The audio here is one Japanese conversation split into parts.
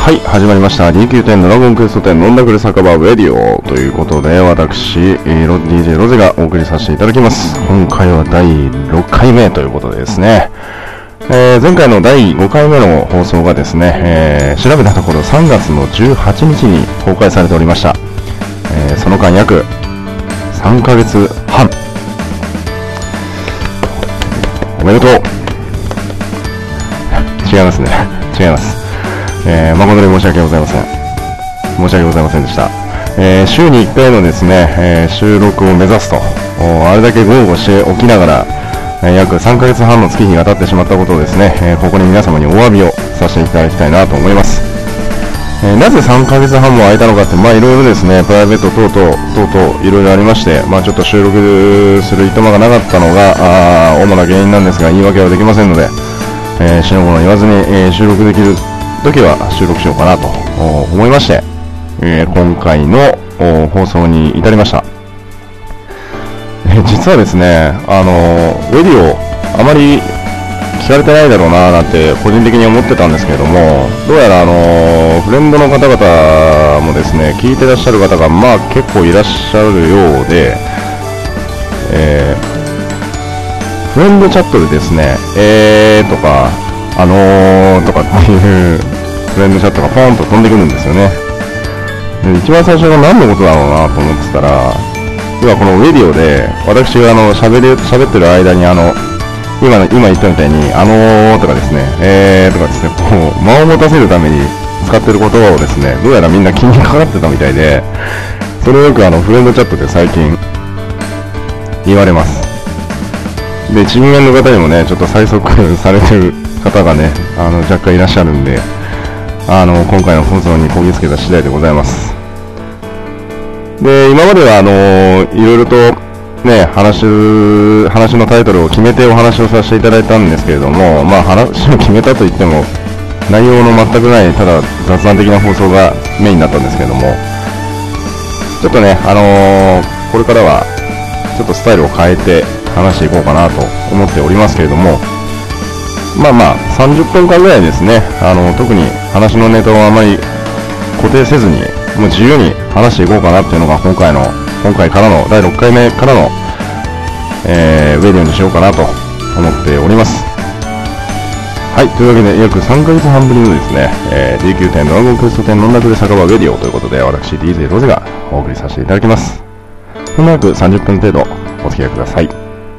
はい、始まりました。DQ10 ドラゴンクエスト10飲んだくれ酒場レディオということで、私、DJ ロゼがお送りさせていただきます。今回は第6回目ということでですね、前回の第5回目の放送がですね、調べたところ3月の18日に公開されておりました。その間約3ヶ月半。おめでとう。違いますね。違います。誠に申し訳ございません。申し訳ございませんでした。週に1回のですね、収録を目指すと、あれだけ豪語しておきながら、約3ヶ月半の月日が経ってしまったことをですね、ここに皆様にお詫びをさせていただきたいなと思います。なぜ3ヶ月半も空いたのかって、いろいろですね、プライベート等々いろいろありまして、ちょっと収録するいとまがなかったのが主な原因なんですが、言い訳はできませんので、しのごの言わずに、収録できる時は収録しようかなと思いまして、今回の放送に至りました。実はですね、レディオあまり聞かれてないだろうななんて個人的に思ってたんですけれども、どうやらフレンドの方々もですね、聞いてらっしゃる方が結構いらっしゃるようで、フレンドチャットでですね、とかとかっていうフレンドチャットがポーンと飛んでくるんですよね。で、一番最初が何のことだろうなと思ってたら、要はこのレディオで私が喋ってる間に今言ったみたいにとかですね、とかですね、こう間を持たせるために使ってる言葉をですね、どうやらみんな気にかかってたみたいで、それをよくフレンドチャットで最近言われます。で、人間の方にもね、ちょっと催促されてる方がね、若干いらっしゃるんで、今回の放送にこぎつけた次第でございます。で、今まではいろいろとね、話のタイトルを決めてお話をさせていただいたんですけれども、話を決めたといっても内容の全くない、ただ雑談的な放送がメインだったんですけれども、ちょっとね、これからはちょっとスタイルを変えて話していこうかなと思っておりますけれども、30分間ぐらいですね、特に話のネタをあまり固定せずに、もう自由に話していこうかなっていうのが今回からの、第6回目からの、ウェディオにしようかなと思っております。はい、というわけで、約3ヶ月半ぶりのですね、DQ10 ドラゴンクエスト10飲んだくれ酒場ウェディオということで、私、DJ ロゼがお送りさせていただきます。ほんの約30分程度、お付き合いください。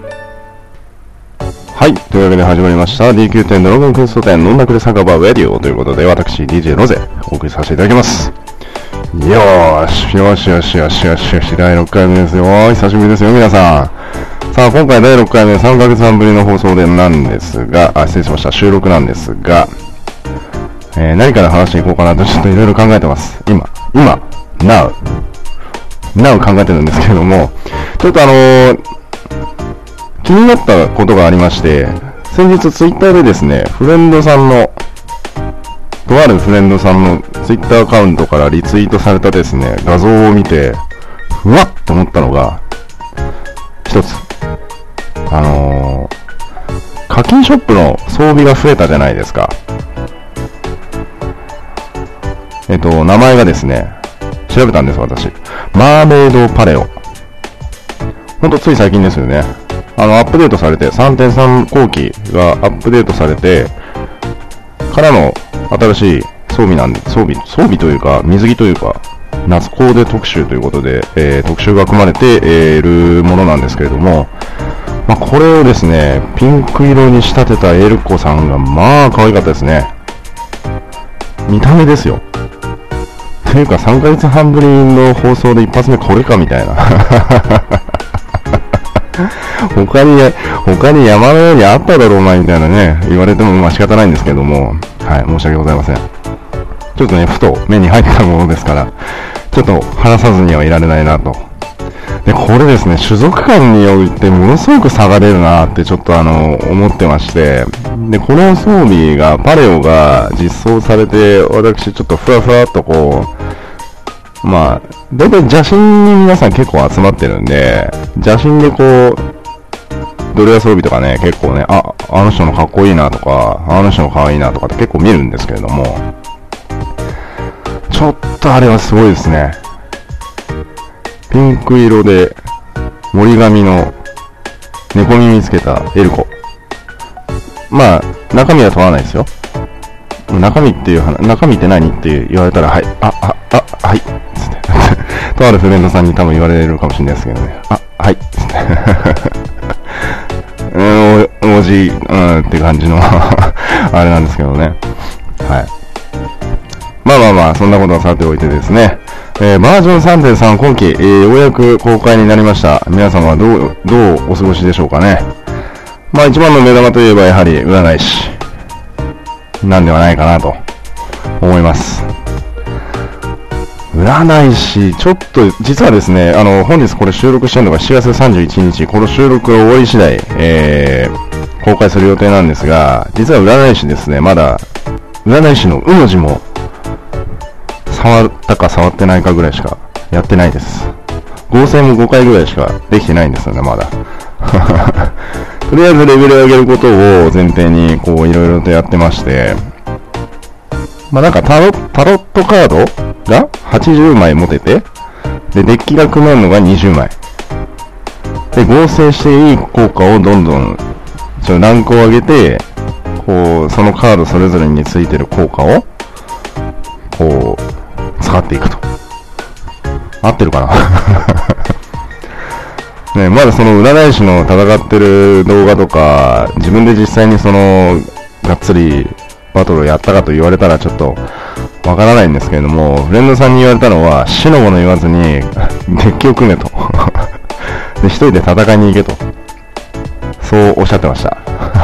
はい、というわけで始まりました DQ10 ドラゴンクエスト10飲んだくれ酒場ウェディオということで、私 DJ ロゼお送りさせていただきます。よーし第6回目ですよ。久しぶりですよ皆さん。さあ、今回第6回目3ヶ月半ぶりの放送でなんですが、失礼しました、収録なんですが、何から話していこうかなとちょっといろいろ考えてます。今 Now 考えてるんですけれども、ちょっと気になったことがありまして、先日ツイッターでですね、とあるフレンドさんのツイッターアカウントからリツイートされたですね、画像を見て、ふわっと思ったのが、一つ。課金ショップの装備が増えたじゃないですか。名前がですね、調べたんです、私。マーメイドパレオ。ほんとつい最近ですよね。アップデートされて、3.3 後期がアップデートされて、からの新しい装備というか、水着というか、夏コーデ特集ということで、特集が組まれているものなんですけれども、これをですね、ピンク色に仕立てたエルコさんが、可愛かったですね。見た目ですよ。というか、3ヶ月半ぶりの放送で一発目これかみたいな。他に山のようにあっただろうなみたいなね、言われても仕方ないんですけども、はい、申し訳ございません。ちょっとね、ふと目に入ったものですから、ちょっと話さずにはいられないなと。で、これですね、種族間によってものすごく差が出るなってちょっと思ってまして、で、この装備が、パレオが実装されて、私ちょっとふわふわっとこう、だいたい邪神に皆さん結構集まってるんで、邪神でこう、ドレア装備とかね、結構ね、あの人のかっこいいなとか、あの人の可愛いなとかって結構見るんですけれども、 ちょっとあれはすごいですね。ピンク色で森髪の猫耳つけたエルコ。まあ中身は問わないですよ。中身って何って言われたら、はいはいつってとあるフレンドさんに多分言われるかもしれないですけどね、はいつっておじって感じのあれなんですけどね。はい。まあそんなことはさておいてですね、バージョン 3.3 今期、ようやく公開になりました。皆さんはどうお過ごしでしょうかね。まあ一番の目玉といえばやはり占い師なんではないかなと思います。占い師、ちょっと実はですね、本日これ収録してるのが7月31日、この収録が終わり次第、公開する予定なんですが、実は占い師ですね、まだ占い師のうの字も触ったか触ってないかぐらいしかやってないです。合成も5回ぐらいしかできてないんですよね、まだ。とりあえずレベルを上げることを前提にこういろいろとやってまして、まあなんかタロットカードが80枚持てて、でデッキが組めるのが20枚で、合成していい効果をどんどんランクを上げて、こうそのカードそれぞれについてる効果をこう使っていくと。合ってるかなね、まだその占い師の戦ってる動画とか、自分で実際にそのがっつりバトルをやったかと言われたらちょっとわからないんですけれども、フレンドさんに言われたのは、死のもの言わずにデッキを組めとで、一人で戦いに行けと、そうおっしゃってました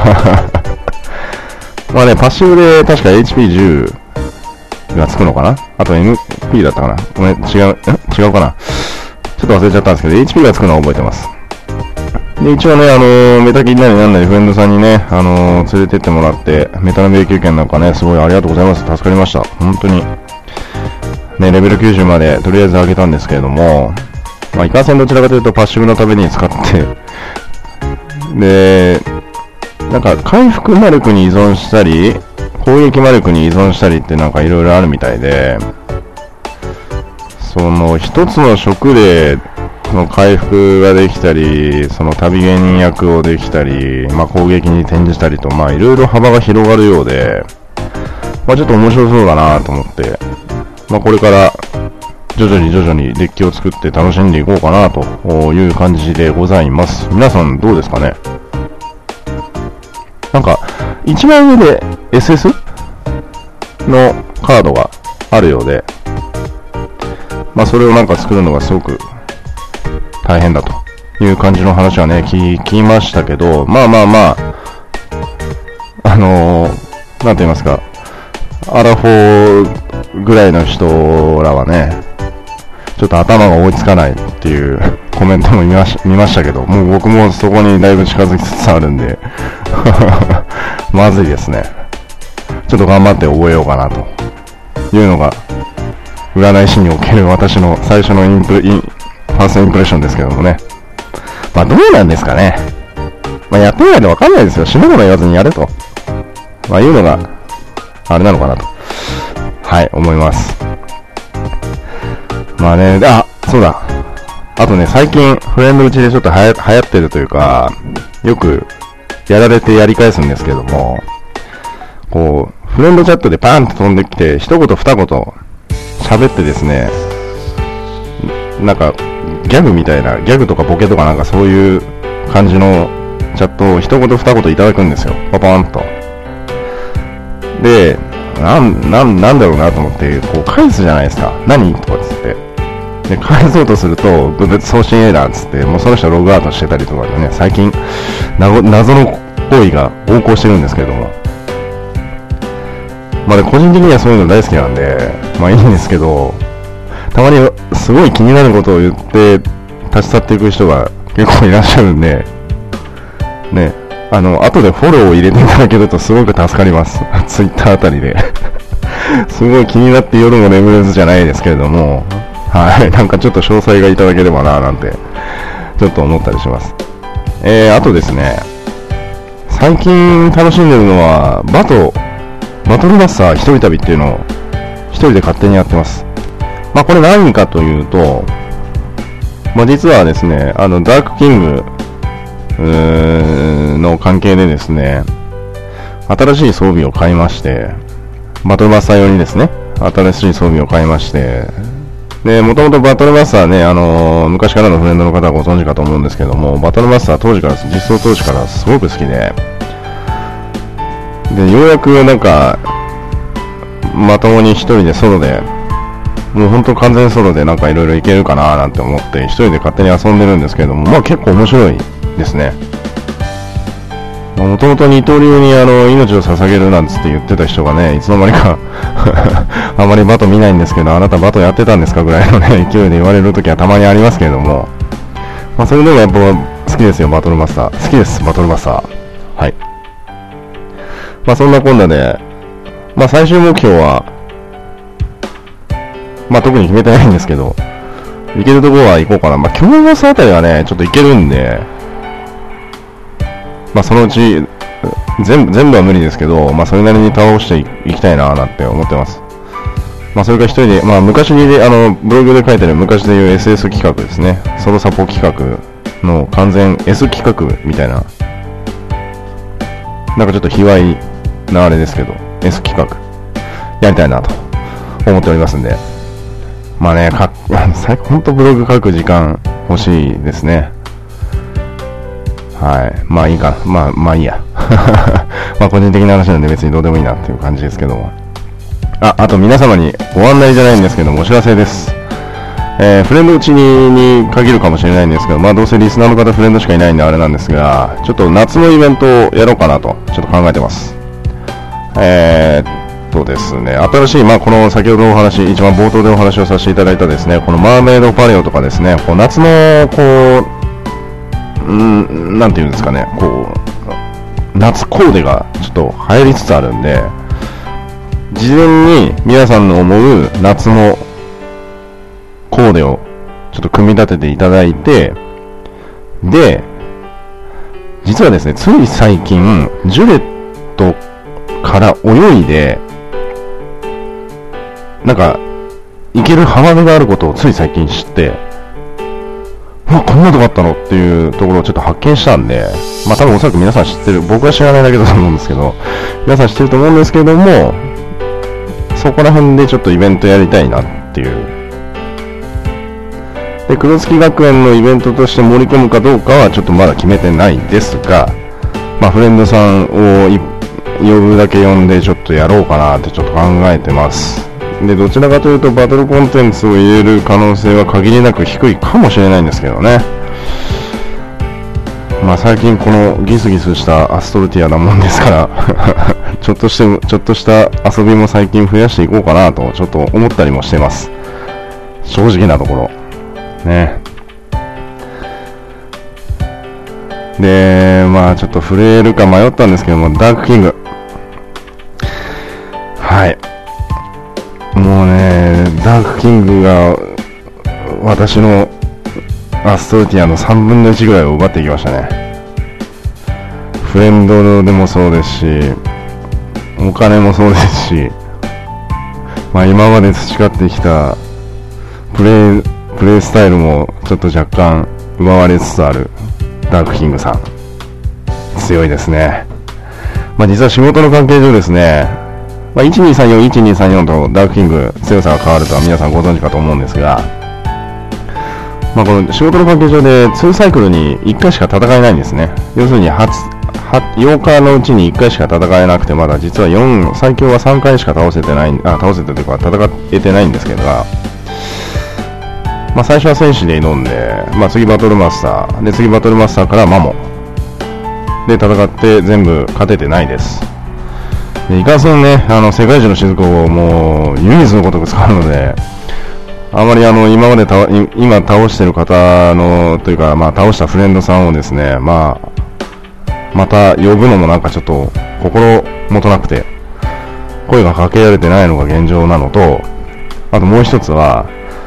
まあね、パッシブで確か HP10 がつくのかな、あと MP だったかな、ごめん、違うかな、ちょっと忘れちゃったんですけど、HP がつくのは覚えてます。で、一応ね、メタキになりなんなりフレンドさんにね、連れてってもらって、メタの迷宮券なんかね、すごいありがとうございます。助かりました。本当に。ね、レベル90までとりあえず上げたんですけれども、まあ、いかんせんどちらかというとパッシブのために使って、で、なんか回復魔力に依存したり、攻撃魔力に依存したりってなんかいろいろあるみたいで、その一つの職でその回復ができたり、その旅芸人役をできたり、まあ、攻撃に転じしたりと、まあいろいろ幅が広がるようで、まあ、ちょっと面白そうだなと思って、まあ、これから徐々にデッキを作って楽しんでいこうかなという感じでございます。皆さんどうですかね。なんか一番上で SS のカードがあるようで、まあそれをなんか作るのがすごく大変だという感じの話はね、聞きましたけど、まあなんて言いますか、アラフォーぐらいの人らはね、ちょっと頭が追いつかないっていうコメントも見ましたけど、もう僕もそこにだいぶ近づきつつあるんでまずいですね。ちょっと頑張って覚えようかなというのが占い師における私の最初のファーストインプレッションですけどもね。まあどうなんですかね。まあやってみないとわかんないですよ。死ぬこと言わずにやれと、まあいうのがあれなのかなと、はい思います。まあね、そうだ、あとね、最近フレンドうちでちょっと流行ってるというか、よくやられてやり返すんですけども、こうフレンドチャットでパーンと飛んできて一言二言喋ってですね、なんかギャグみたいな、ギャグとかボケとかなんかそういう感じのチャットを一言二言いただくんですよ、パパーンと。で、なんだろうなと思ってこう返すじゃないですか。何とかつってで返そうとすると送信エラーつって、もうその人ログアウトしてたりとかでね、最近謎の行為が横行してるんですけれども、まあね、個人的にはそういうの大好きなんでまあいいんですけど、たまにすごい気になることを言って立ち去っていく人が結構いらっしゃるんでね、後でフォローを入れていただけるとすごく助かりますツイッターあたりですごい気になって夜も眠れずじゃないですけれども、はい、なんかちょっと詳細がいただければななんてちょっと思ったりします。あとですね、最近楽しんでるのはバトルマスター一人旅っていうのを一人で勝手にやってます。 まあこれ何かというと、まあ実はですね、ダークキングの関係でですね、新しい装備を買いまして、バトルマスター用にですね、新しい装備を買いまして、で、もともとバトルマスターね、昔からのフレンドの方はご存知かと思うんですけども、バトルマスター当時から、実装当時からすごく好きで、で、ようやくなんか、まともに一人でソロで、もう本当完全ソロでなんかいろいろいけるかななんて思って、一人で勝手に遊んでるんですけども、まあ結構面白いですね。もともと二刀流に命を捧げるなんつって言ってた人がね、いつの間にかあまりバト見ないんですけど、あなたバトやってたんですかぐらいのね、勢いで言われるときはたまにありますけれども、まあそれでもやっぱ好きですよ、バトルマスター。好きです、バトルマスター。はい。まあそんなこんなで、まあ最終目標は、まあ特に決めてないんですけど、行けるところは行こうかな。まあ競合ボスあたりはね、ちょっと行けるんで、まあそのうち全部は無理ですけど、まあそれなりに倒していきたいななんて思ってます。まあそれか一人で、まあ昔にブログで書いてる昔でいう SS 企画ですね。ソロサポ企画の完全 S 企画みたいな。なんかちょっと卑猥なあれですけど、S 企画やりたいなと思っておりますんで。まあね、最近ほんとブログ書く時間欲しいですね。はい。まあいいかな。まあいいや。まあ個人的な話なんで別にどうでもいいなっていう感じですけども。あと皆様にご案内じゃないんですけども、お知らせです。フレンドうちに限るかもしれないんですけど、まあどうせリスナーの方フレンドしかいないんであれなんですが、ちょっと夏のイベントをやろうかなと、ちょっと考えてます。ですね、新しい、まあこの先ほどお話、一番冒頭でお話をさせていただいたですね、このマーメイドパレオとかですね、こう夏の、こう、なんていうんですかね、こう、夏コーデがちょっと流行りつつあるんで、事前に皆さんの思う夏のコーデをちょっと組み立てていただいて、で、実はですね、つい最近、ジュレットから泳いで、なんか、行ける浜辺があることをつい最近知って、こんなとこあったのっていうところをちょっと発見したんで、まあ多分おそらく皆さん知ってる、僕は知らないだけだと思うんですけど、皆さん知ってると思うんですけども、そこら辺でちょっとイベントやりたいなっていう。で、黒月学園のイベントとして盛り込むかどうかはちょっとまだ決めてないですが、まあフレンドさんを呼ぶだけ呼んでちょっとやろうかなってちょっと考えてます。で、どちらかというとバトルコンテンツを入れる可能性は限りなく低いかもしれないんですけどね。まあ最近このギスギスしたアストルティアなもんですからちょっとした遊びも最近増やしていこうかなとちょっと思ったりもしてます。正直なところね。で、まあちょっと触れるか迷ったんですけども、ダークキング、はい、もうね、ダークキングが私のアストルティアの3分の1ぐらいを奪っていきましたね。フレンドでもそうですし、お金もそうですし、まあ今まで培ってきたプレイスタイルもちょっと若干奪われつつあるダークキングさん、強いですね。まあ実は仕事の関係上ですね、まあ、1234とダークキング強さが変わるとは皆さんご存知かと思うんですが、まあこの仕事の関係上で2サイクルに1回しか戦えないんですね。要するに8日のうちに1回しか戦えなくて、まだ実は最強は3回しか倒せてというか戦えてないんですけど、まあ最初は戦士で挑んで、まあ次バトルマスターで、次バトルマスターからマモで戦って全部勝ててないです。でいかんせんね、世界中の雫をもう唯一のごとく使うので、あまり今まで今倒してる方のというか、まあ倒したフレンドさんをですね、また呼ぶのもなんかちょっと心もとなくて、声がかけられてないのが現状なのと、あともう一つは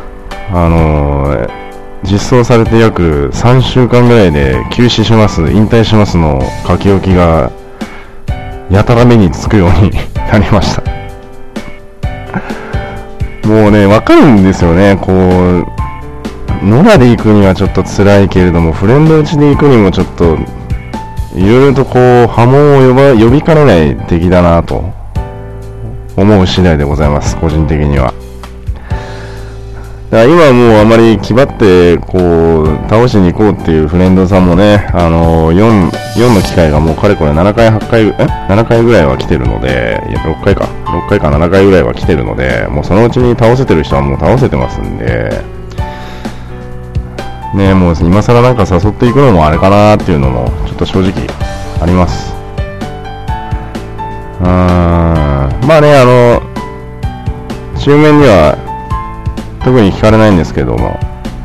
実装されて約3週間ぐらいで休止します、引退しますの書き置きがやたら目につくようになりました。 もうね、わかるんですよね。こう、野良で行くにはちょっと辛いけれども、フレンド打ちで行くにもちょっと、いろいろとこう、波紋を呼びかねない敵だなと思う次第でございます、個人的には。だから今はもうあまり気張ってこう倒しに行こうっていうフレンドさんもね、4の機会がもうかれこれ7回8回7回ぐらいは来てるので、いや6回か7回ぐらいは来てるので、もうそのうちに倒せてる人はもう倒せてますんでね、もう今更なんか誘っていくのもあれかなっていうのもちょっと正直あります。まあね、中面には特に聞かれないんですけども、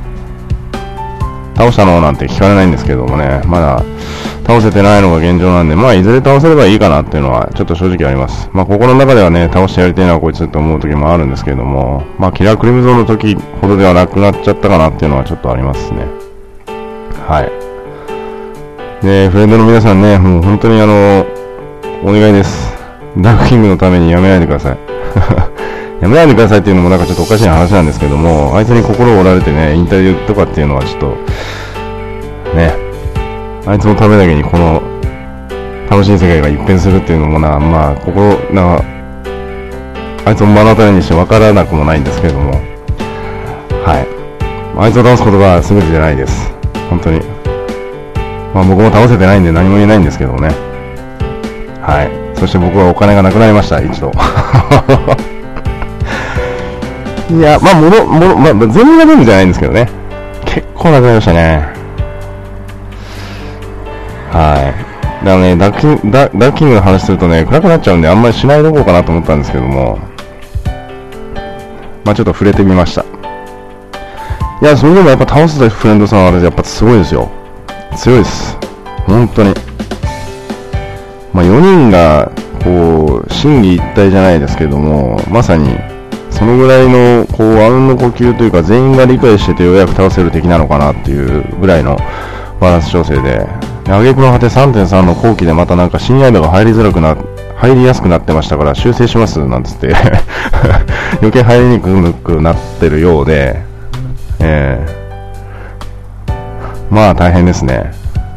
倒したのなんて聞かれないんですけどもね、まだ倒せてないのが現状なんで、まあいずれ倒せればいいかなっていうのはちょっと正直あります。まあ心の中ではね、倒してやりたいのはこいつって思う時もあるんですけれども、まあキラークリムゾーンの時ほどではなくなっちゃったかなっていうのはちょっとありますね。はい。で、フレンドの皆さんね、もう本当にお願いです。ダークキングのためにやめないでください。やめないでくださいっていうのもなんかちょっとおかしい話なんですけども、あいつに心を折られてね、引退とかっていうのはちょっと、ね、あいつのためだけにこの楽しい世界が一変するっていうのもな、まあ、あいつを目の当たりにして分からなくもないんですけれども、はい。あいつを倒すことが全てじゃないです。本当に。まあ僕も倒せてないんで何も言えないんですけどね。はい。そして僕はお金がなくなりました、一度。いや、まあ、全部が全部じゃないんですけどね。結構なくなりましたね。はい。だからね、ダーキングの話するとね、暗くなっちゃうんで、あんまりしないとこうかなと思ったんですけども、まあちょっと触れてみました。いや、それでもやっぱ倒せたフレンドさんは私やっぱすごいですよ。強いです。本当に。まあ4人が、こう、心技一体じゃないですけども、まさに、そのぐらいの、こう、あうんの呼吸というか、全員が理解しててようやく倒せる敵なのかなっていうぐらいのバランス調整で、挙句の果て 3.3 の後期でまたなんか新刃が入りやすくなってましたから修正しますなんつって余計入りにくくなってるようで、まあ大変ですね。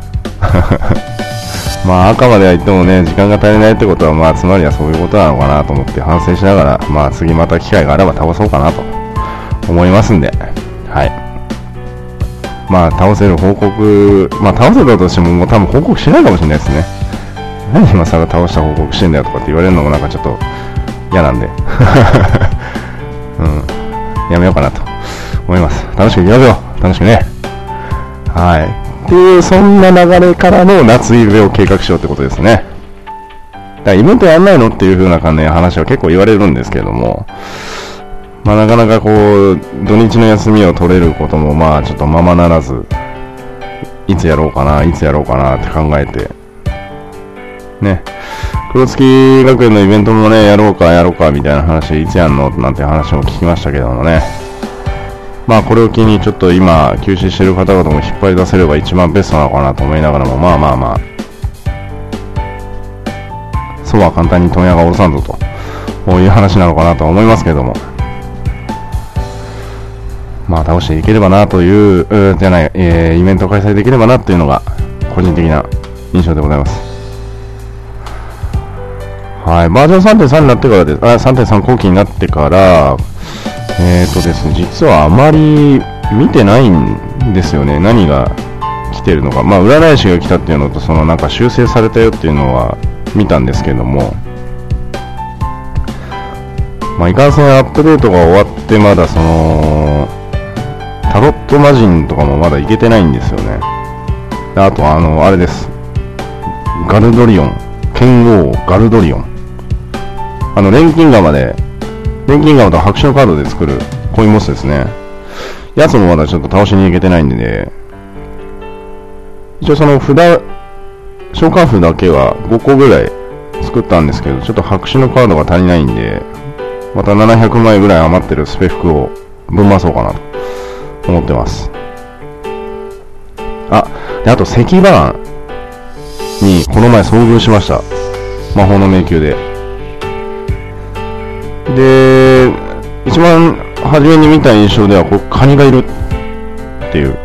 まあ赤までは言ってもね、時間が足りないってことは、まあつまりはそういうことなのかなと思って反省しながら、まあ次また機会があれば倒そうかなと思いますんで、はい。まあ倒せる報告、まあ倒せたとしてももう多分報告しないかもしれないですね。何今更倒した報告してんだよとかって言われるのもなんかちょっと嫌なんで、うん、やめようかなと思います。楽しくいきましょう。楽しくね。はい。っていう、そんな流れからの夏イベを計画しようってことですね。だからイベントやんないのっていう風な話は結構言われるんですけれども、まあなかなかこう、土日の休みを取れることもまあちょっとままならず、いつやろうかなって考えて、ね。黒月学園のイベントもね、やろうかみたいな話、いつやんのなんて話も聞きましたけどもね。まあこれを機にちょっと今休止している方々も引っ張り出せれば一番ベストなのかなと思いながらも、まあそうは簡単に問屋が下ろさんぞとこういう話なのかなと思いますけども、まあ倒していければなというイベントを開催できればなっていうのが個人的な印象でございます。はい、バージョン 3.3 になってからで、3.3 後期になってからですね、実はあまり見てないんですよね。何が来てるのか。まあ、占い師が来たっていうのと、そのなんか修正されたよっていうのは見たんですけども、まあ、いかんせんアップデートが終わって、まだその、タロット魔人とかもまだいけてないんですよね。あと、あれです。ガルドリオン。剣王ガルドリオン。錬金釜と白紙のカードで作るコインボスですね。やつもまだちょっと倒しにいけてないんでね。一応その召喚符だけは5個ぐらい作ったんですけど、ちょっと白紙のカードが足りないんで、また700枚ぐらい余ってるスペフクをぶん回そうかなと思ってます。あと石板にこの前遭遇しました。魔法の迷宮で。で、一一番初めに見た印象では、カニがいるっていう。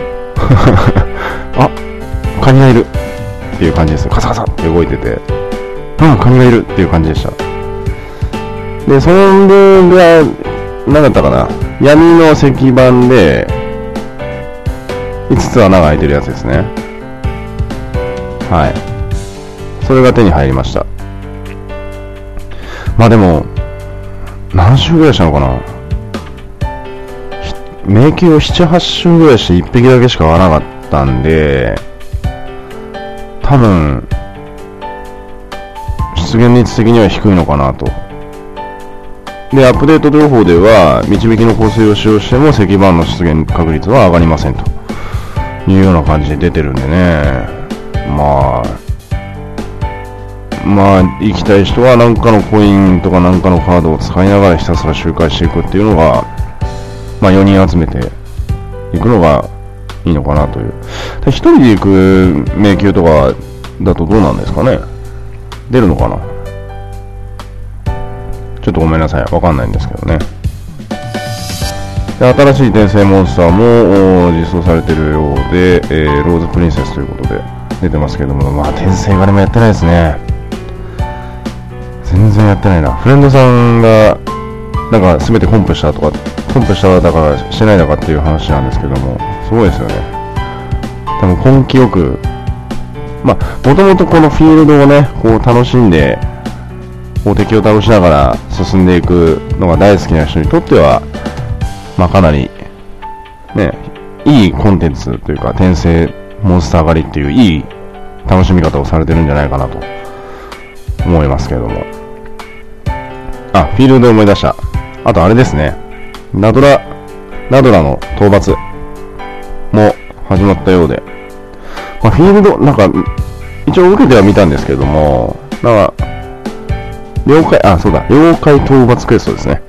あ、カニがいるっていう感じです。カサカサって動いてて、カニがいるっていう感じでした。で、その分が、何だったかな、闇の石板で、5つ穴が開いてるやつですね。はい。それが手に入りました。まあでも、何周ぐらいしたのかな、迷宮を7、8周ぐらいして1匹だけしか合わなかったんで、多分、出現率的には低いのかなと。で、アップデート情報では、導きの香水を使用しても石板の出現確率は上がりませんというような感じで出てるんでね。まあ、行きたい人は何かのコインとか何かのカードを使いながらひたすら周回していくっていうのが、まあ4人集めていくのがいいのかなという。一人で行く迷宮とかだとどうなんですかね。出るのかな。ちょっとごめんなさい、わかんないんですけどね。で、新しい転生モンスターも実装されているようで、ローズプリンセスということで出てますけども、まあ転生がでもやってないですね。全然やってないな。フレンドさんがなんか全てコンプしたとか、コンプしただからしてないだかっていう話なんですけども、すごいですよね。多分根気よく、まあもともとこのフィールドをね、こう楽しんで、こう敵を倒しながら進んでいくのが大好きな人にとっては、まあかなりね、いいコンテンツというか、転生モンスター狩りっていういい楽しみ方をされてるんじゃないかなと思いますけれども。あ、フィールドで思い出した。あとあれですね。ナドラの討伐も始まったようで。まあ、フィールド、なんか、一応受けては見たんですけれども、なんか、妖怪討伐クエストですね。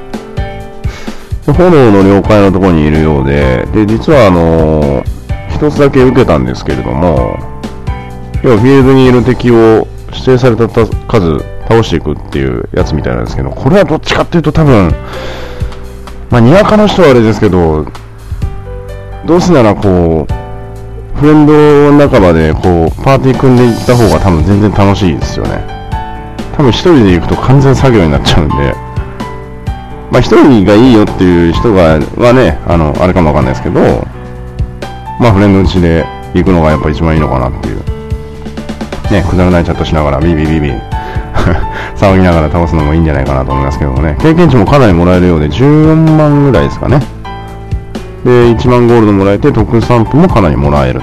炎の妖怪のところにいるようで、で、実は一つだけ受けたんですけれども、要はフィールドにいる敵を指定された数倒していくっていうやつみたいなんですけど、これはどっちかっていうと多分、まあにわかの人はあれですけど、どうせならこうフレンド仲間でこうパーティー組んでいった方が多分全然楽しいですよね。多分一人で行くと完全作業になっちゃうんで、まあ一人がいいよっていう人はね、あれかもわかんないですけど、まあフレンドうちで行くのがやっぱ一番いいのかなっていう。ね、くだらないチャットしながらビビ騒ぎながら倒すのもいいんじゃないかなと思いますけどもね。経験値もかなりもらえるようで14万ぐらいですかね。で、1万ゴールドもらえて特スタンプもかなりもらえる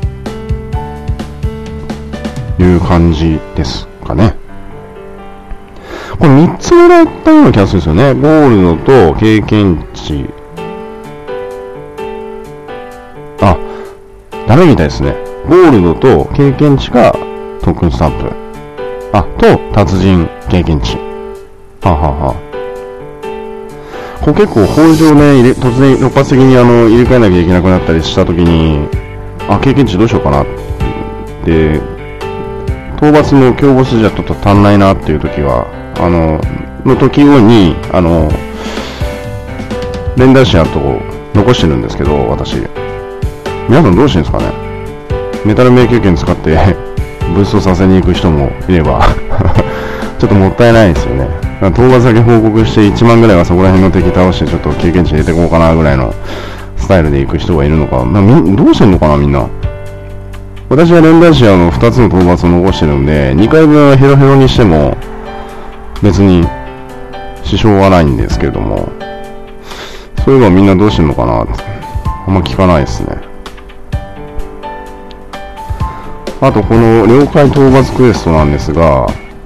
という感じですかね。これ3つもらったような気がするんですよね。ゴールドと経験値。あ、ダメみたいですね。ゴールドと経験値がトークンスタンプ。と、達人経験値。これ結構法上ね、突然突発的に入れ替えなきゃいけなくなったりしたときに、経験値どうしようかなって、討伐の強ボスじゃちょっと足んないなっていうときは、の時に、連打紙と残してるんですけど、私。皆さんどうしてるんですかね。メタル迷宮剣使ってブーストさせに行く人もいればちょっともったいないですよね。討伐だけ報告して1万ぐらいはそこら辺の敵倒してちょっと経験値入れていこうかなぐらいのスタイルで行く人がいるのか。どうしてんのかなみんな。私は連打紙2つの討伐を残してるんで、2回分はヘロヘロにしても別に支障はないんですけれども、そういうのはみんなどうしてんのかなってあんま聞かないですね。あとこの妖怪討伐クエストなんですが、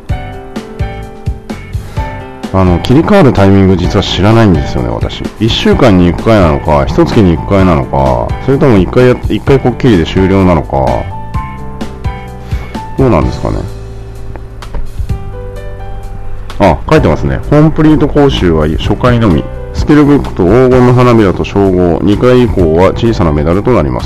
切り替わるタイミング実は知らないんですよね、私。1週間に1回なのか、1月に1回なのか、それとも1回こっきりで終了なのか、どうなんですかね。書いてますね。コンプリート講習は初回のみ。スキルブックと黄金の花びらと称号、2回以降は小さなメダルとなります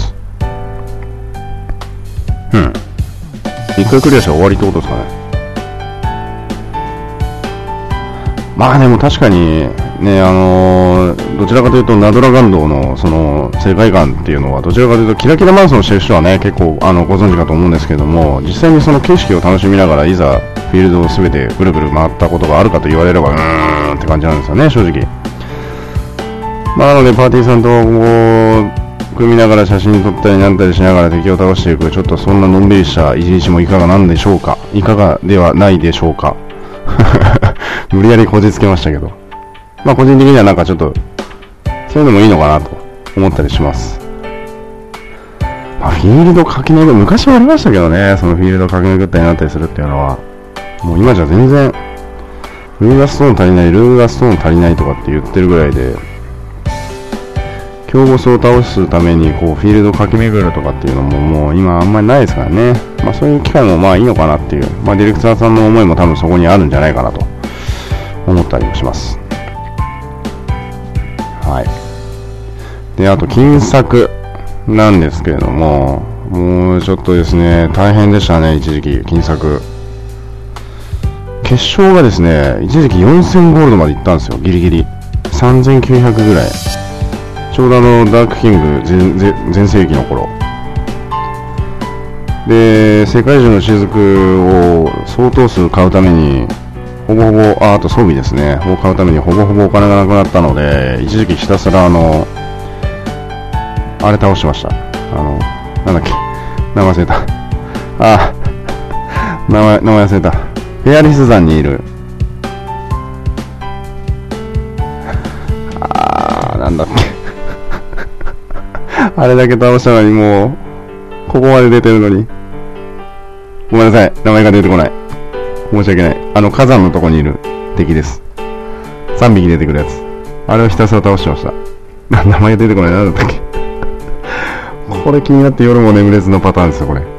。1回クリアしたら終わりってことですかね。 まあでも確かにね、どちらかというとナドラガンドのその世界観っていうのはどちらかというとキラキラマンスをしてる人はね結構ご存知かと思うんですけども、実際にその景色を楽しみながらいざフィールドを全てぐるぐる回ったことがあるかと言われればって感じなんですよね、正直。まあ、なのでパーティーさんとこう組みながら写真撮ったりなんたりしながら敵を倒していく、ちょっとそんなのんびりした一日もいかがなんでしょうか、いかがではないでしょうか。無理やりこじつけましたけど、まあ個人的にはなんかちょっとそういうのもいいのかなと思ったりします。まあ、フィールド駆け巡る、昔はありましたけどね、そのフィールド駆け巡ったりなったりするっていうのはもう今じゃ全然ルーガストーン足りない、ルーガストーン足りないとかって言ってるぐらいで、強ボスを倒すためにこうフィールド駆け巡るとかっていうのももう今あんまりないですからね。まあそういう機会もまあいいのかなっていう、まあディレクターさんの思いも多分そこにあるんじゃないかなと思ったりもします。はい。で、あと金策なんですけれども、もうちょっとですね、大変でしたね、一時期金策。決勝がですね、一時期4000ゴールドまで行ったんですよ、ギリギリ。3900ぐらい。ちょうどダークキング全盛期の頃で、世界中の雫を相当数買うためにほぼほぼあと装備ですねを買うためにほぼほぼお金がなくなったので、一時期ひたすらあれ倒してました。なんだっけ、名前忘れた。名前忘れた。フェアリス山にいるなんだっけあれだけ倒したのにもうここまで出てるのに、ごめんなさい、名前が出てこない、申し訳ない。火山のとこにいる敵です。3匹出てくるやつ、あれをひたすら倒してました。名前が出てこない。なんだったっけこれ気になって夜も眠れずのパターンですよ、これ。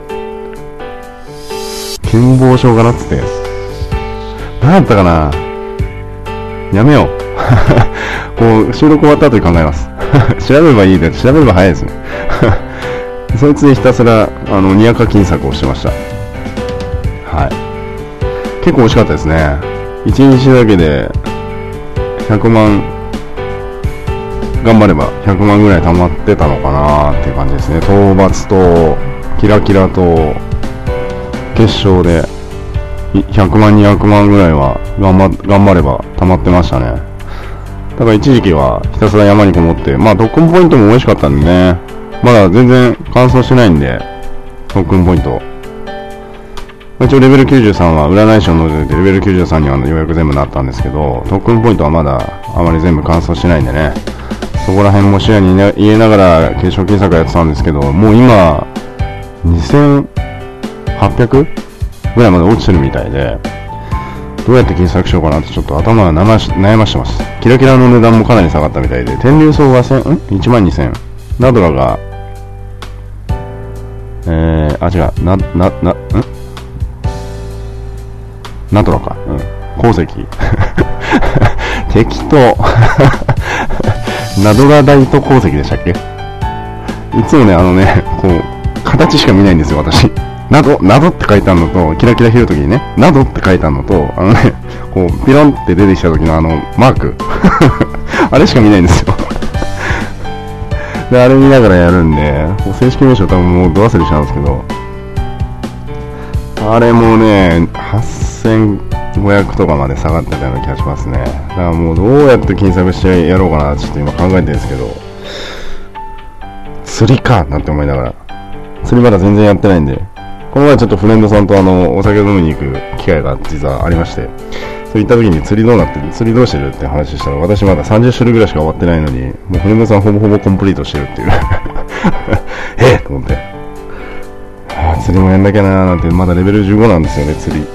健忘症かなっつって、何だったかな、やめようこう収録終わった後に考えます調べればいいで、調べれば早いですねそいつにひたすらニアカ金策をしてました。はい、結構美味しかったですね。1日だけで100万頑張れば100万ぐらい溜まってたのかなっていう感じですね。討伐とキラキラと決勝で100万200万ぐらいは頑張れば溜まってましたね。だから一時期はひたすら山にこもって、まあ特訓ポイントも美味しかったんでね、まだ全然完走してないんで、特訓ポイント一応レベル93は占い師を除いてレベル93にはようやく全部なったんですけど、特訓ポイントはまだあまり全部完走してないんでね、そこら辺も視野に入れながら継承金策やってたんですけど、もう今2800ぐらいまで落ちてるみたいで、どうやって金策しようかなってちょっと頭が悩ましてます。キラキラの値段もかなり下がったみたいで、天竜層が12000、ナドラがナドラか、鉱石適当ナドラダイト鉱石でしたっけ。いつもねこう形しか見ないんですよ私。ナドって書いてあるのと、キラキラ拾うときにね、ナドって書いてあるのと、こう、ピロンって出てきたときのマーク。あれしか見ないんですよ。で、あれ見ながらやるんで、正式名称多分もうど忘れしちゃうんですけど、あれもね、8500とかまで下がってたような気がしますね。だからもうどうやって金策してやろうかな、ちょっと今考えてるんですけど、釣りかなんて思いながら、釣りまだ全然やってないんで、この前ちょっとフレンドさんとお酒を飲みに行く機会が実はありまして、そういった時に釣りどうしてるって話したら、私まだ30種類ぐらいしか終わってないのに、もうフレンドさんほぼほぼコンプリートしてるっていうと思って、釣りもやんなきゃなーなんて、まだレベル15なんですよね、釣り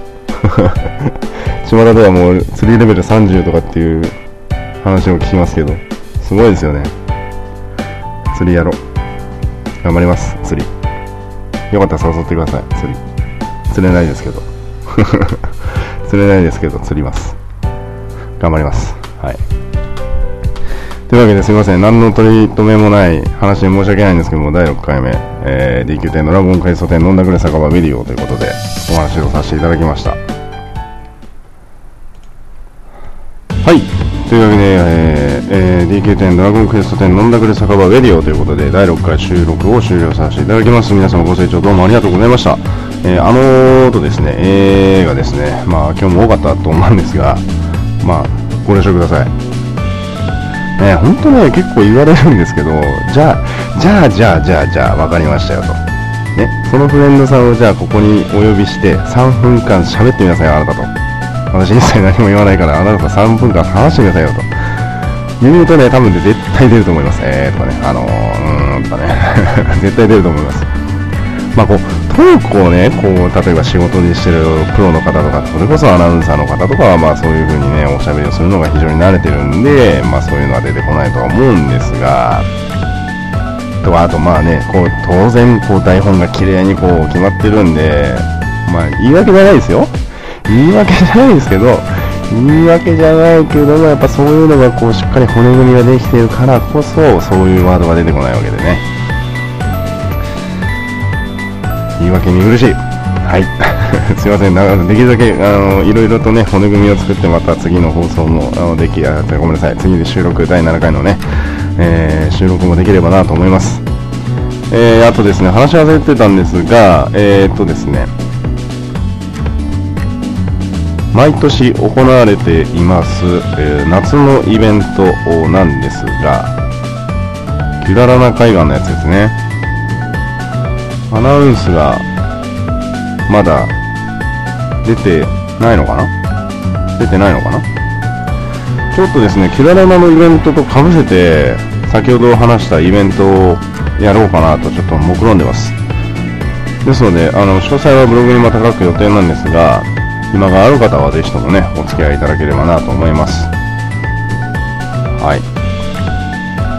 巷ではもう釣りレベル30とかっていう話を聞きますけど、すごいですよね。釣りやろう、頑張ります。釣りよかったら誘ってください。釣れないですけど釣れないですけど釣ります。頑張ります。はい。というわけですいません、何の取り留めもない話で申し訳ないんですけども、第6回目、DQ 店ドラゴン回想店飲んだくれ酒場ビデオということでお話をさせていただきました。 はい。というわけで、DQ10 ドラゴンクエスト10飲んだくれ酒場ウェディオということで、第6回収録を終了させていただきます。皆様ご清聴どうもありがとうございました。ですね、がですね、まあ今日も多かったと思うんですが、まあ、ご了承ください。本当ね、結構言われるんですけど、じゃあ、わかりましたよと。ね、そのフレンドさんをじゃあここにお呼びして、3分間喋ってみなさいよ、あなたと。私一切何も言わないから、あなたと3分間話してくださいよと。言うとね、多分で絶対出ると思います。とかね、とかね、絶対出ると思います。まあこう、トークをね、こう、例えば仕事にしてるプロの方とか、それこそアナウンサーの方とかは、まあそういう風にね、おしゃべりをするのが非常に慣れてるんで、まあそういうのは出てこないとは思うんですが、あとまあね、こう、当然、こう、台本が綺麗にこう、決まってるんで、まあ言い訳じゃないですよ。言い訳じゃないですけど、やっぱそういうのがこう、しっかり骨組みができているからこそ、そういうワードが出てこないわけでね。言い訳に苦しい。はい。すいません。できるだけ、いろいろとね、骨組みを作って、また次の放送も、ごめんなさい。次で収録、第7回のね、収録もできればなと思います。あとですね、話し忘れてたんですが、ですね、毎年行われています、夏のイベントなんですが、キュララな海岸のやつですね。アナウンスがまだ出てないのかな？出てないのかな？ちょっとですね、キュララナのイベントと被せて、先ほど話したイベントをやろうかなとちょっと目論んでます。ですので、詳細はブログにまた書く予定なんですが、今がある方はぜひともね、お付き合いいただければなと思います。はい。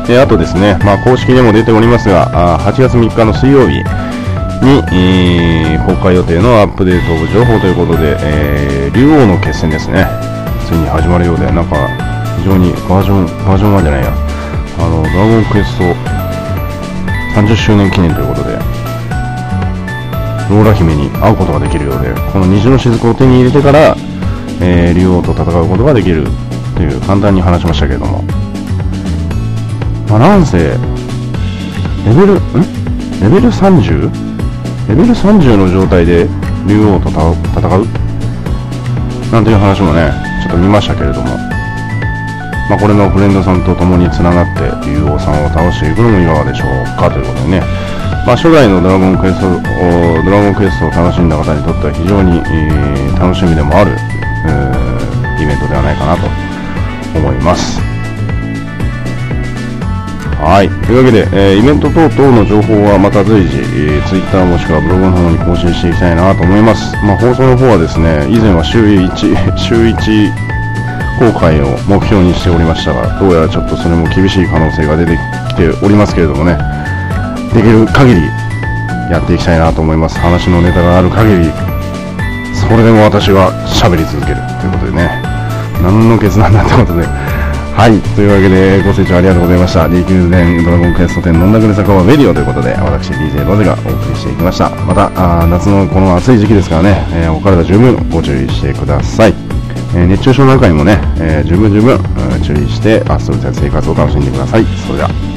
で、あとですね、まあ公式にも出ておりますが、8月3日の水曜日に、公開予定のアップデート情報ということで、竜王の決戦ですね。ついに始まるようで、なんか非常にバージョン1じゃないや、ドラゴンクエスト30周年記念ということで、ローラ姫に会うことができるようで、この虹の雫を手に入れてから、竜王と戦うことができるという簡単に話しましたけれども、まあ、なんせレベル 30？ レベル30の状態で竜王と戦うなんていう話もね、ちょっと見ましたけれども、まあ、これのフレンドさんと共に繋がって竜王さんを倒していくのもいかがでしょうかということでね、まあ、初代のドラゴンクエストを楽しんだ方にとっては非常に、楽しみでもある、イベントではないかなと思います。はい。というわけで、イベント等々の情報はまた随時、Twitter もしくはブログの方に更新していきたいなと思います。まあ、放送の方はですね、以前は週1公開を目標にしておりましたが、どうやらちょっとそれも厳しい可能性が出てきておりますけれどもね、できる限りやっていきたいなと思います。話のネタがある限り、それでも私は喋り続けるということでね、何の決断だってことで、はい、というわけでご清聴ありがとうございました。DQ10 ドラゴンクエスト10飲んだくれ酒場メディオということで、私 DJ ロゼがお送りしていきました。また夏のこの暑い時期ですからね、お体十分ご注意してください。熱中症なんかにもね、十分注意して、明日の生活を楽しんでください。それでは。